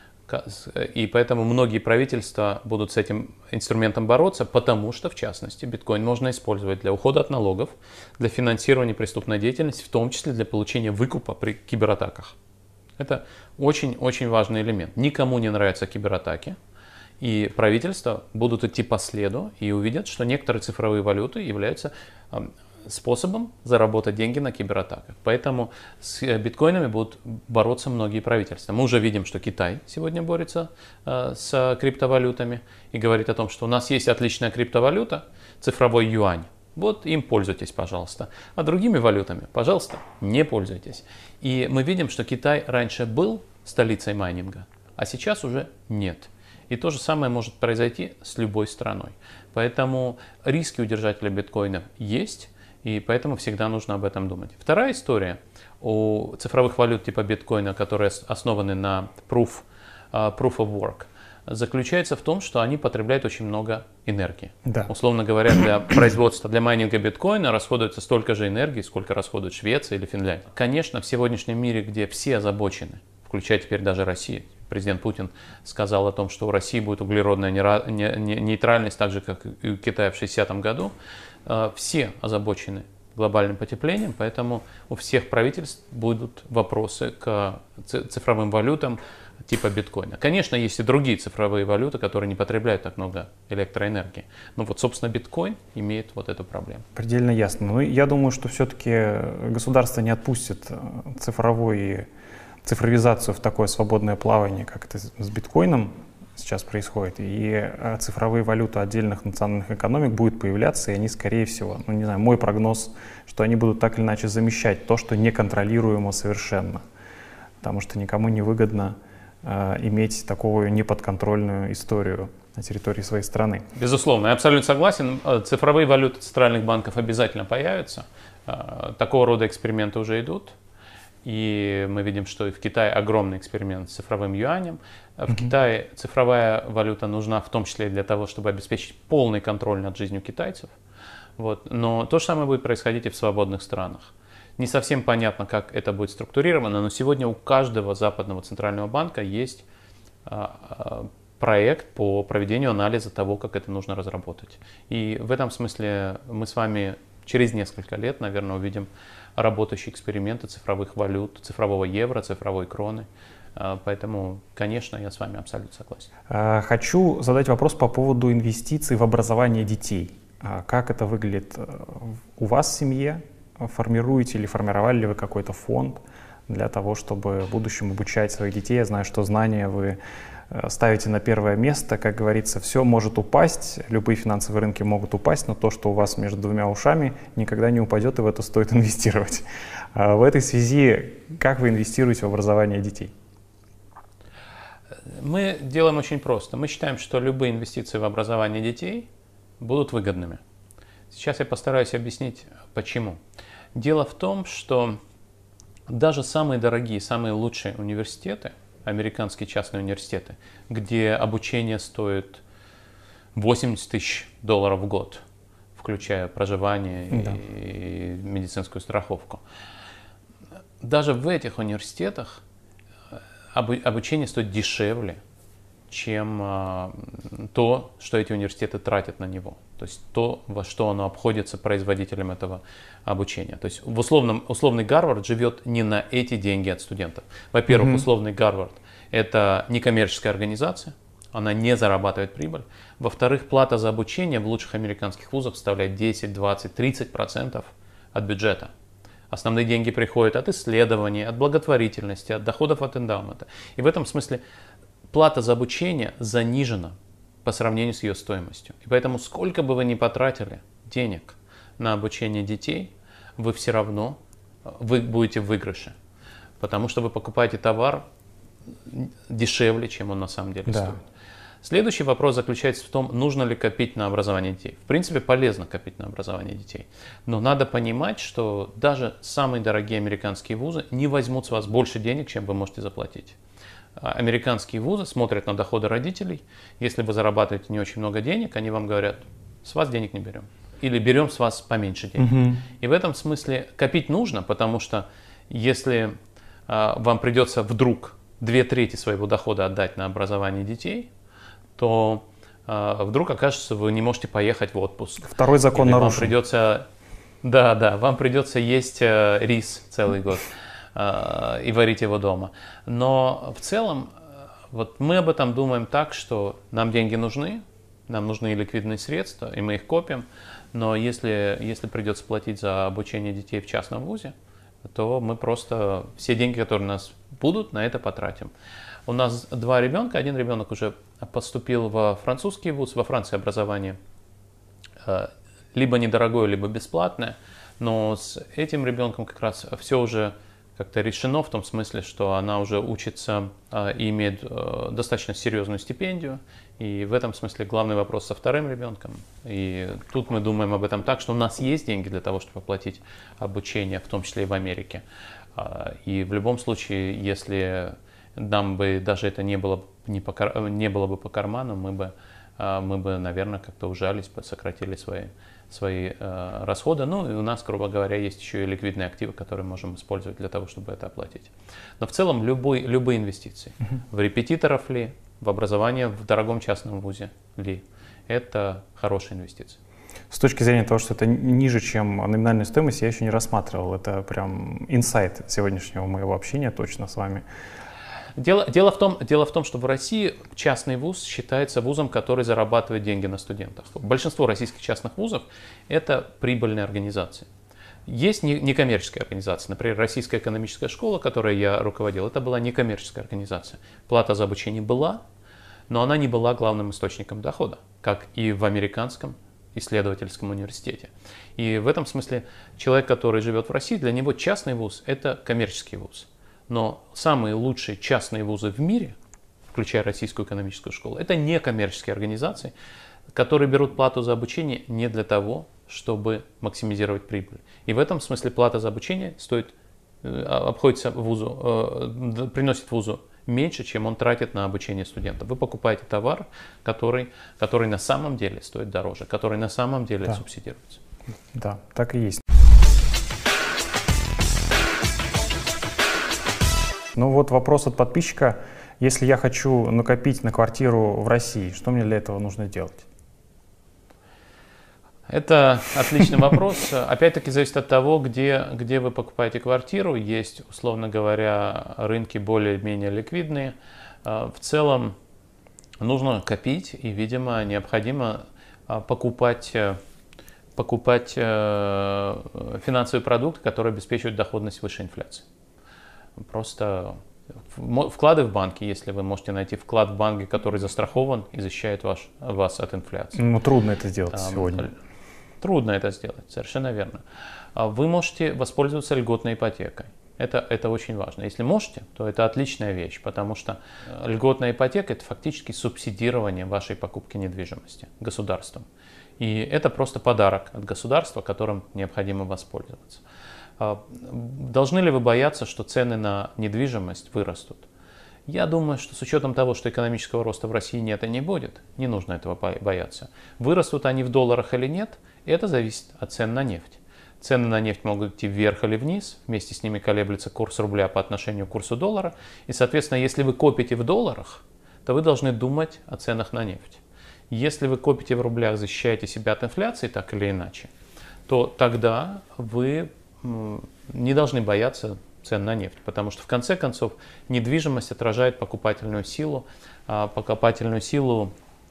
и поэтому многие правительства будут с этим инструментом бороться, потому что, в частности, биткоин можно использовать для ухода от налогов, для финансирования преступной деятельности, в том числе для получения выкупа при кибератаках. Это очень-очень важный элемент. Никому не нравятся кибератаки, и правительства будут идти по следу и увидят, что некоторые цифровые валюты являются способом заработать деньги на кибератаках. Поэтому с биткоинами будут бороться многие правительства. Мы уже видим, что Китай сегодня борется с криптовалютами и говорит о том, что у нас есть отличная криптовалюта, цифровой юань. Вот им пользуйтесь, пожалуйста. А другими валютами, пожалуйста, не пользуйтесь. И мы видим, что Китай раньше был столицей майнинга, а сейчас уже нет. И то же самое может произойти с любой страной. Поэтому риски у держателя биткоина есть. И поэтому всегда нужно об этом думать. Вторая история у цифровых валют типа биткоина, которые основаны на proof of work, заключается в том, что они потребляют очень много энергии. Да. Условно говоря, для производства, для майнинга биткоина расходуется столько же энергии, сколько расходует Швеция или Финляндия. Конечно, в сегодняшнем мире, где все озабочены, включая теперь даже Россию, президент Путин сказал о том, что у России будет углеродная нейтральность, так же, как и у Китая в 60-м году. Все озабочены глобальным потеплением, поэтому у всех правительств будут вопросы к цифровым валютам типа биткоина. Конечно, есть и другие цифровые валюты, которые не потребляют так много электроэнергии. Но вот, собственно, биткоин имеет вот эту проблему. Предельно ясно. Но я думаю, что все-таки государство не отпустит цифровизацию в такое свободное плавание, как это с биткоином сейчас происходит, и цифровые валюты отдельных национальных экономик будут появляться, и они, скорее всего, не знаю, мой прогноз, что они будут так или иначе замещать то, что неконтролируемо совершенно, потому что никому не выгодно иметь такую неподконтрольную историю на территории своей страны. Безусловно, я абсолютно согласен. Цифровые валюты центральных банков обязательно появятся. Такого рода эксперименты уже идут. И мы видим, что и в Китае огромный эксперимент с цифровым юанем. В Китае цифровая валюта нужна в том числе и для того, чтобы обеспечить полный контроль над жизнью китайцев. Вот. Но то же самое будет происходить и в свободных странах. Не совсем понятно, как это будет структурировано, но сегодня у каждого западного центрального банка есть проект по проведению анализа того, как это нужно разработать. И в этом смысле мы с вами через несколько лет, наверное, увидим работающие эксперименты цифровых валют, цифрового евро, цифровой кроны. Поэтому, конечно, я с вами абсолютно согласен. Хочу задать вопрос по поводу инвестиций в образование детей. Как это выглядит у вас в семье? Формируете или формировали ли вы какой-то фонд для того, чтобы в будущем обучать своих детей? Я знаю, что знания вы ставите на первое место. Как говорится, все может упасть, любые финансовые рынки могут упасть, но то, что у вас между двумя ушами, никогда не упадет, и в это стоит инвестировать. В этой связи, как вы инвестируете в образование детей? Мы делаем очень просто. Мы считаем, что любые инвестиции в образование детей будут выгодными. Сейчас я постараюсь объяснить, почему. Дело в том, что даже самые дорогие, самые лучшие университеты, американские частные университеты, где обучение стоит $80 тысяч в год, включая проживание и медицинскую страховку. Даже в этих университетах обучение стоит дешевле, чем то, что эти университеты тратят на него. То есть то, во что оно обходится производителям этого обучения. То есть условный Гарвард живет не на эти деньги от студентов. Во-первых, условный Гарвард — это некоммерческая организация, она не зарабатывает прибыль. Во-вторых, плата за обучение в лучших американских вузах составляет 10, 20, 30% от бюджета. Основные деньги приходят от исследований, от благотворительности, от доходов от эндаумента. И в этом смысле плата за обучение занижена по сравнению с ее стоимостью. И поэтому сколько бы вы ни потратили денег на обучение детей, вы все равно вы будете в выигрыше. Потому что вы покупаете товар дешевле, чем он на самом деле стоит. Следующий вопрос заключается в том, нужно ли копить на образование детей. В принципе, полезно копить на образование детей. Но надо понимать, что даже самые дорогие американские вузы не возьмут с вас больше денег, чем вы можете заплатить. Американские вузы смотрят на доходы родителей. Если вы зарабатываете не очень много денег, они вам говорят, с вас денег не берем. Или берем с вас поменьше денег. И в этом смысле копить нужно, потому что если вам придется вдруг 2/3 своего дохода отдать на образование детей, то вдруг окажется, вы не можете поехать в отпуск. Второй закон нарушен. Вам придется, вам придется есть рис целый год и варить его дома. Но в целом, вот мы об этом думаем так, что нам деньги нужны, нам нужны ликвидные средства, и мы их копим. Но если придется платить за обучение детей в частном вузе, то мы просто все деньги, которые у нас будут, на это потратим. У нас 2 ребенка, один ребенок уже поступил во французский вуз, во Франции образование либо недорогое, либо бесплатное, но с этим ребенком как раз все уже как-то решено в том смысле, что она уже учится и имеет достаточно серьезную стипендию, и в этом смысле главный вопрос со вторым ребенком. И тут мы думаем об этом так, что у нас есть деньги для того, чтобы оплатить обучение, в том числе и в Америке. И в любом случае, если нам бы даже это не было бы по карману, мы бы, наверное, как-то ужались, сократили свои расходы. Ну и у нас, грубо говоря, есть еще и ликвидные активы, которые можем использовать для того, чтобы это оплатить. Но в целом любые инвестиции, в репетиторов ли, в образование в дорогом частном вузе ли, это хорошая инвестиция. С точки зрения того, что это ниже, чем номинальная стоимость, я еще не рассматривал. Это прям инсайт сегодняшнего моего общения точно с вами. Дело в том, что в России частный вуз считается вузом, который зарабатывает деньги на студентах. Большинство российских частных вузов – это прибыльные организации. Есть некоммерческие организации. Например, Российская экономическая школа, которой я руководил, это была некоммерческая организация. Плата за обучение была, но она не была главным источником дохода, как и в американском исследовательском университете. И в этом смысле человек, который живет в России, для него частный вуз – это коммерческий вуз. Но самые лучшие частные вузы в мире, включая Российскую экономическую школу, это некоммерческие организации, которые берут плату за обучение не для того, чтобы максимизировать прибыль. И в этом смысле плата за обучение обходится вузу, приносит вузу меньше, чем он тратит на обучение студентов. Вы покупаете товар, который на самом деле стоит дороже, который на самом деле субсидируется. Да, так и есть. Ну вот вопрос от подписчика. Если я хочу накопить на квартиру в России, что мне для этого нужно делать? Это отличный вопрос. Опять-таки зависит от того, где вы покупаете квартиру. Есть, условно говоря, рынки более-менее ликвидные. В целом нужно копить и, видимо, необходимо покупать финансовые продукты, которые обеспечивают доходность выше инфляции. Просто вклады в банки, если вы можете найти вклад в банке, который застрахован и защищает вас от инфляции. Ну, трудно это сделать сегодня. Трудно это сделать, совершенно верно. Вы можете воспользоваться льготной ипотекой. Это очень важно. Если можете, то это отличная вещь, потому что льготная ипотека – это фактически субсидирование вашей покупки недвижимости государством. И это просто подарок от государства, которым необходимо воспользоваться. Должны ли вы бояться, что цены на недвижимость вырастут? Я думаю, что с учетом того, что экономического роста в России нет и не будет, не нужно этого бояться. Вырастут они в долларах или нет, это зависит от цен на нефть. Цены на нефть могут идти вверх или вниз, вместе с ними колеблется курс рубля по отношению к курсу доллара. И, соответственно, если вы копите в долларах, то вы должны думать о ценах на нефть. Если вы копите в рублях, защищаете себя от инфляции так или иначе, то тогда вы не должны бояться цен на нефть, потому что в конце концов недвижимость отражает покупательную силу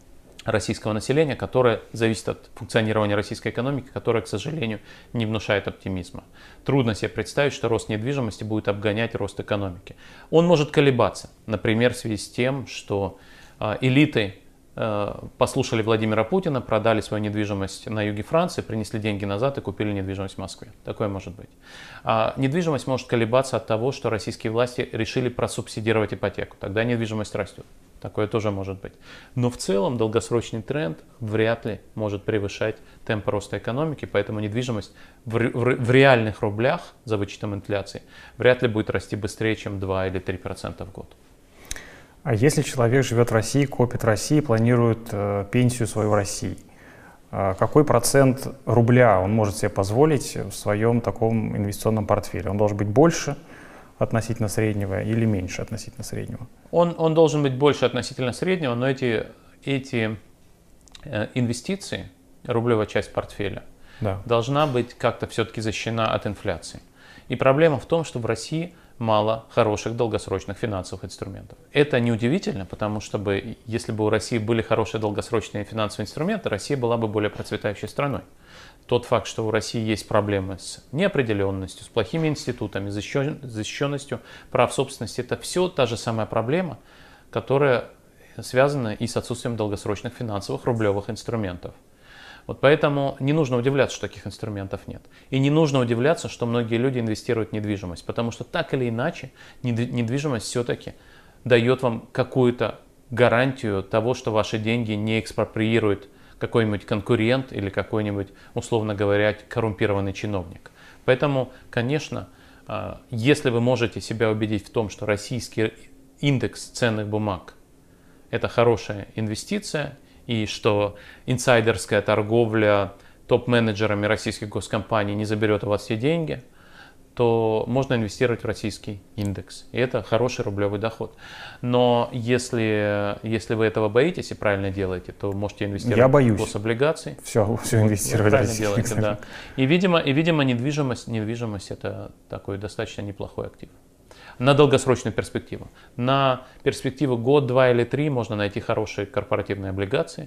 российского населения, которое зависит от функционирования российской экономики, которая, к сожалению, не внушает оптимизма. Трудно себе представить, что рост недвижимости будет обгонять рост экономики. Он может колебаться, например, в связи с тем, что элиты послушали Владимира Путина, продали свою недвижимость на юге Франции, принесли деньги назад и купили недвижимость в Москве. Такое может быть. А недвижимость может колебаться от того, что российские власти решили просубсидировать ипотеку. Тогда недвижимость растет. Такое тоже может быть. Но в целом долгосрочный тренд вряд ли может превышать темп роста экономики, поэтому недвижимость в реальных рублях, за вычетом инфляции, вряд ли будет расти быстрее, чем 2 или 3% в год. А если человек живет в России, копит в России, планирует пенсию свою в России, какой процент рубля он может себе позволить в своем таком инвестиционном портфеле? Он должен быть больше относительно среднего или меньше относительно среднего? Он должен быть больше относительно среднего, но эти инвестиции, рублевая часть портфеля, должна быть как-то все-таки защищена от инфляции. И проблема в том, что в России мало хороших долгосрочных финансовых инструментов. Это неудивительно, потому что если бы у России были хорошие долгосрочные финансовые инструменты, Россия была бы более процветающей страной. Тот факт, что у России есть проблемы с неопределенностью, с плохими институтами, с защищенностью прав собственности, это все та же самая проблема, которая связана и с отсутствием долгосрочных финансовых рублевых инструментов. Вот поэтому не нужно удивляться, что таких инструментов нет. И не нужно удивляться, что многие люди инвестируют в недвижимость, потому что так или иначе недвижимость все-таки дает вам какую-то гарантию того, что ваши деньги не экспроприирует какой-нибудь конкурент или какой-нибудь, условно говоря, коррумпированный чиновник. Поэтому, конечно, если вы можете себя убедить в том, что российский индекс ценных бумаг – это хорошая инвестиция, и что инсайдерская торговля топ-менеджерами российских госкомпаний не заберет у вас все деньги, то можно инвестировать в российский индекс. И это хороший рублевый доход. Но если вы этого боитесь и правильно делаете, то можете инвестировать в гособлигации. Все инвестировать в российский индекс. Да. И, видимо, недвижимость это такой достаточно неплохой актив. На долгосрочную перспективу. На перспективу год, 2 или 3 можно найти хорошие корпоративные облигации.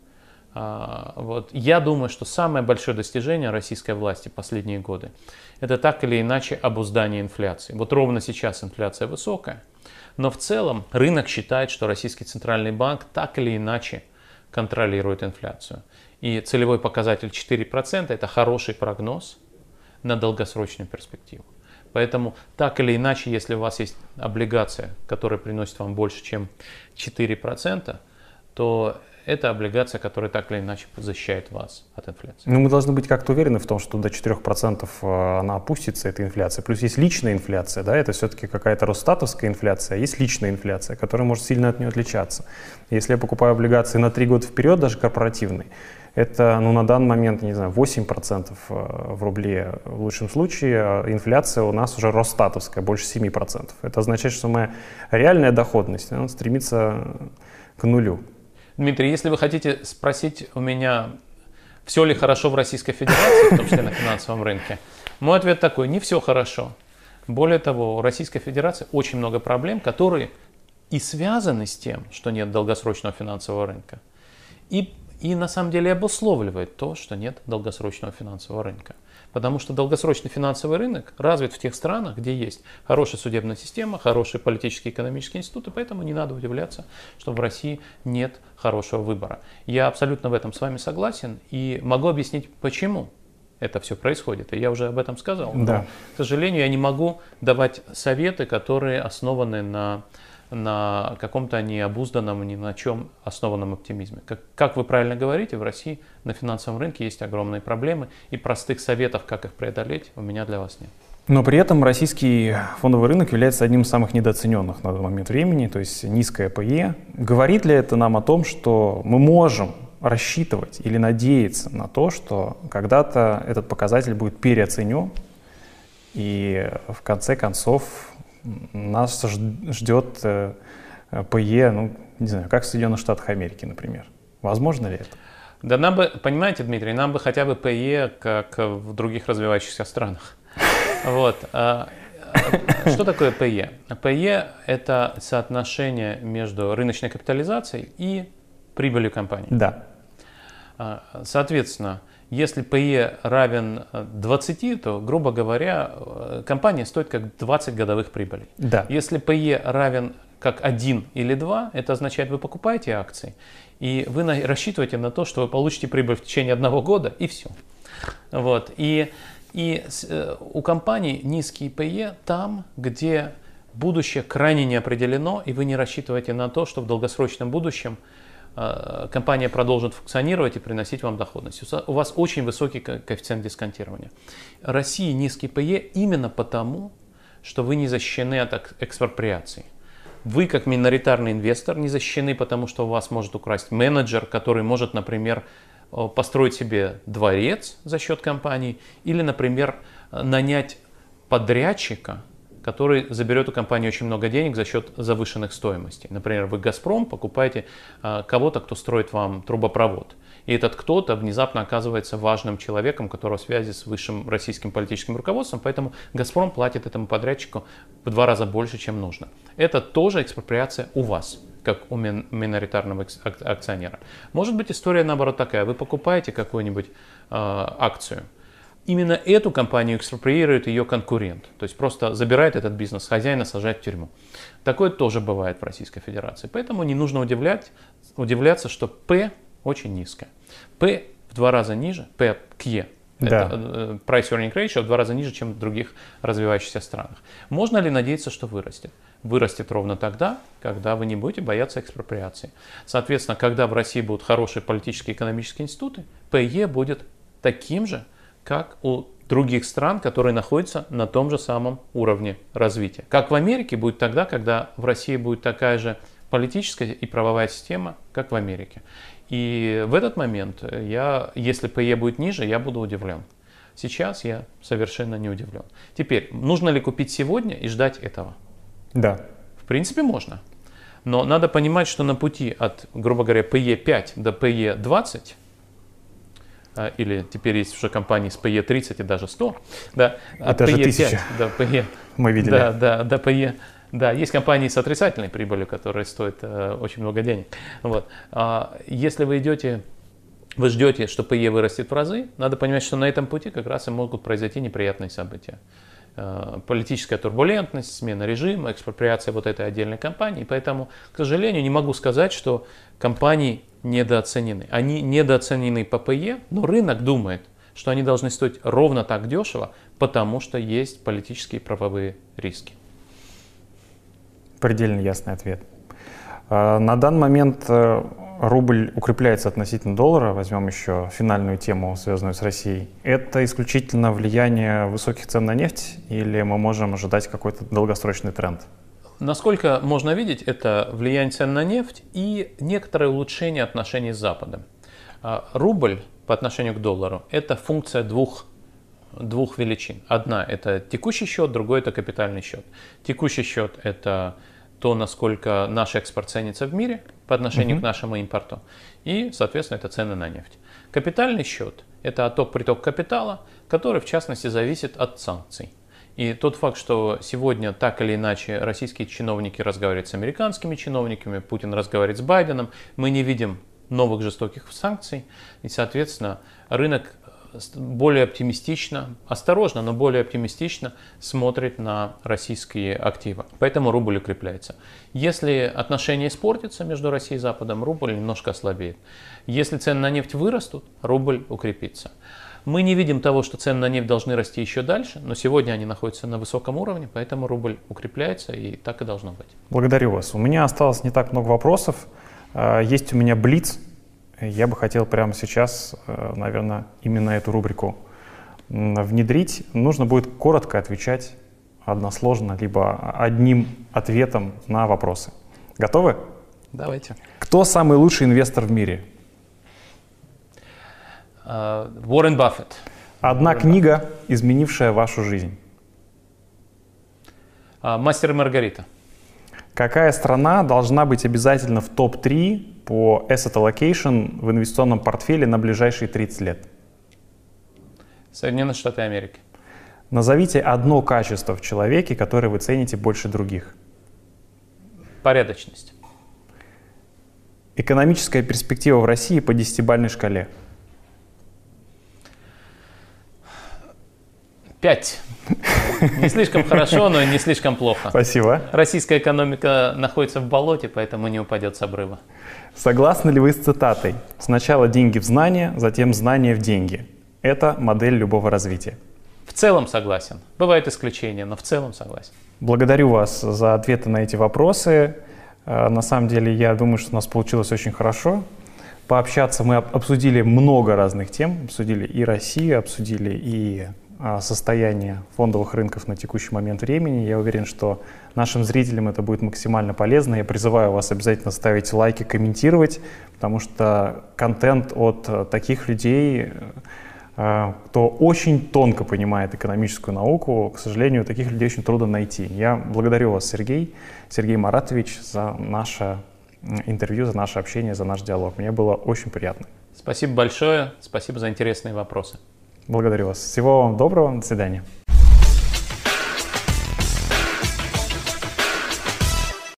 Вот. Я думаю, что самое большое достижение российской власти последние годы – это так или иначе обуздание инфляции. Вот ровно сейчас инфляция высокая, но в целом рынок считает, что Российский центральный банк так или иначе контролирует инфляцию. И целевой показатель 4% – это хороший прогноз на долгосрочную перспективу. Поэтому так или иначе, если у вас есть облигация, которая приносит вам больше, чем 4%, то это облигация, которая так или иначе защищает вас от инфляции. Ну, мы должны быть как-то уверены в том, что до 4% она опустится, эта инфляция. Плюс есть личная инфляция, да, это все-таки какая-то росстатовская инфляция, есть личная инфляция, которая может сильно от нее отличаться. Если я покупаю облигации на 3 года вперед, даже корпоративные, это, ну, на данный момент, не знаю, 8% в рубле в лучшем случае, а инфляция у нас уже росстатовская, больше 7%. Это означает, что моя реальная доходность стремится к нулю. Дмитрий, если вы хотите спросить у меня, все ли хорошо в Российской Федерации, в том числе на финансовом рынке, мой ответ такой: не все хорошо. Более того, у Российской Федерации очень много проблем, которые и связаны с тем, что нет долгосрочного финансового рынка, и на самом деле обусловливает то, что нет долгосрочного финансового рынка. Потому что долгосрочный финансовый рынок развит в тех странах, где есть хорошая судебная система, хорошие политические и экономические институты, поэтому не надо удивляться, что в России нет хорошего выбора. Я абсолютно в этом с вами согласен и могу объяснить, почему это все происходит. И я уже об этом сказал. Да. Но, к сожалению, я не могу давать советы, которые основаны на каком-то необузданном, ни на чем основанном оптимизме. Как вы правильно говорите, в России на финансовом рынке есть огромные проблемы, и простых советов, как их преодолеть, у меня для вас нет. Но при этом российский фондовый рынок является одним из самых недооцененных на данный момент времени, то есть низкое ПЕ. Говорит ли это нам о том, что мы можем рассчитывать или надеяться на то, что когда-то этот показатель будет переоценен, и в конце концов нас ждет ПЕ, ну, не знаю, как в Соединенных Штатах Америки, например. Возможно ли это? Да нам бы, понимаете, Дмитрий, нам бы хотя бы ПЕ, как в других развивающихся странах. Вот. Что такое ПЕ? ПЕ – это соотношение между рыночной капитализацией и прибылью компании. Да. Соответственно, если PE равен 20, то, грубо говоря, компания стоит как 20 годовых прибылей. Да. Если PE равен как 1 или 2, это означает, вы покупаете акции, и вы рассчитываете на то, что вы получите прибыль в течение 1 года, и все. Вот. И у компаний низкий PE там, где будущее крайне не определено, и вы не рассчитываете на то, что в долгосрочном будущем компания продолжит функционировать и приносить вам доходность. У вас очень высокий коэффициент дисконтирования. В России низкий PE именно потому, что вы не защищены от экспроприации. Вы, как миноритарный инвестор, не защищены, потому что у вас может украсть менеджер, который может, например, построить себе дворец за счет компании или, например, нанять подрядчика, который заберет у компании очень много денег за счет завышенных стоимостей. Например, вы «Газпром» покупаете кого-то, кто строит вам трубопровод. И этот кто-то внезапно оказывается важным человеком, у которого связи с высшим российским политическим руководством, поэтому «Газпром» платит этому подрядчику в 2 раза больше, чем нужно. Это тоже экспроприация у вас, как у миноритарного акционера. Может быть, история наоборот такая. Вы покупаете какую-нибудь акцию, именно эту компанию экспроприирует ее конкурент. То есть просто забирает этот бизнес, хозяина сажает в тюрьму. Такое тоже бывает в Российской Федерации. Поэтому не нужно удивляться, что P очень низкое. P в 2 раза ниже, P к E. Да. Это price earning ratio в 2 раза ниже, чем в других развивающихся странах. Можно ли надеяться, что вырастет? Вырастет ровно тогда, когда вы не будете бояться экспроприации. Соответственно, когда в России будут хорошие политические и экономические институты, PE будет таким же, как у других стран, которые находятся на том же самом уровне развития. Как в Америке будет тогда, когда в России будет такая же политическая и правовая система, как в Америке. И в этот момент, если PE будет ниже, я буду удивлен. Сейчас я совершенно не удивлен. Теперь, нужно ли купить сегодня и ждать этого? Да. В принципе, можно. Но надо понимать, что на пути от, грубо говоря, PE 5 до PE 20, или теперь есть уже компании с PE 30 и даже 100, да, от это PE же 1000. 5 до PE, Мы видели. до PE. Да, есть компании с отрицательной прибылью, которые стоят очень много денег. Вот. Если вы ждете, что PE вырастет в разы, надо понимать, что на этом пути как раз и могут произойти неприятные события. Политическая турбулентность, смена режима, экспроприация вот этой отдельной компании. Поэтому, к сожалению, не могу сказать, что компании недооценены. Они недооценены по PE, но рынок думает, что они должны стоить ровно так дешево, потому что есть политические и правовые риски. Предельно ясный ответ. На данный момент рубль укрепляется относительно доллара. Возьмем еще финальную тему, связанную с Россией. Это исключительно влияние высоких цен на нефть или мы можем ожидать какой-то долгосрочный тренд? Насколько можно видеть, это влияние цен на нефть и некоторое улучшение отношений с Западом. Рубль по отношению к доллару – это функция двух величин. Одна – это текущий счет, другой – это капитальный счет. Текущий счет – это то, насколько наш экспорт ценится в мире по отношению к нашему импорту. И, соответственно, это цены на нефть. Капитальный счет – это отток-приток капитала, который, в частности, зависит от санкций. И тот факт, что сегодня так или иначе российские чиновники разговаривают с американскими чиновниками, Путин разговаривает с Байденом, мы не видим новых жестоких санкций. И, соответственно, рынок более оптимистично, осторожно, но более оптимистично смотрит на российские активы. Поэтому рубль укрепляется. Если отношения испортятся между Россией и Западом, рубль немножко ослабеет. Если цены на нефть вырастут, рубль укрепится. Мы не видим того, что цены на нефть должны расти еще дальше, но сегодня они находятся на высоком уровне, поэтому рубль укрепляется, и так и должно быть. Благодарю вас. У меня осталось не так много вопросов. Есть у меня блиц. Я бы хотел прямо сейчас, наверное, именно эту рубрику внедрить. Нужно будет коротко отвечать односложно, либо одним ответом на вопросы. Готовы? Давайте. Кто самый лучший инвестор в мире? Уоррен Баффет. Одна книга, изменившая вашу жизнь. «Мастер и Маргарита». Какая страна должна быть обязательно в топ-3 по asset allocation в инвестиционном портфеле на ближайшие 30 лет? Соединенные Штаты Америки. Назовите одно качество в человеке, которое вы цените больше других. Порядочность. Экономическая перспектива в России по 10-бальной шкале. 5. Не слишком хорошо, но не слишком плохо. Спасибо. Российская экономика находится в болоте, поэтому не упадет с обрыва. Согласны ли вы с цитатой? Сначала деньги в знания, затем знания в деньги. Это модель любого развития. В целом согласен. Бывают исключения, но в целом согласен. Благодарю вас за ответы на эти вопросы. На самом деле, я думаю, что у нас получилось очень хорошо. Пообщаться мы обсудили много разных тем. Обсудили и Россию, обсудили и состояние фондовых рынков на текущий момент времени. Я уверен, что нашим зрителям это будет максимально полезно. Я призываю вас обязательно ставить лайки, комментировать, потому что контент от таких людей, кто очень тонко понимает экономическую науку, к сожалению, таких людей очень трудно найти. Я благодарю вас, Сергей Маратович, за наше интервью, за наше общение, за наш диалог. Мне было очень приятно. Спасибо большое, спасибо за интересные вопросы. Благодарю вас. Всего вам доброго, до свидания.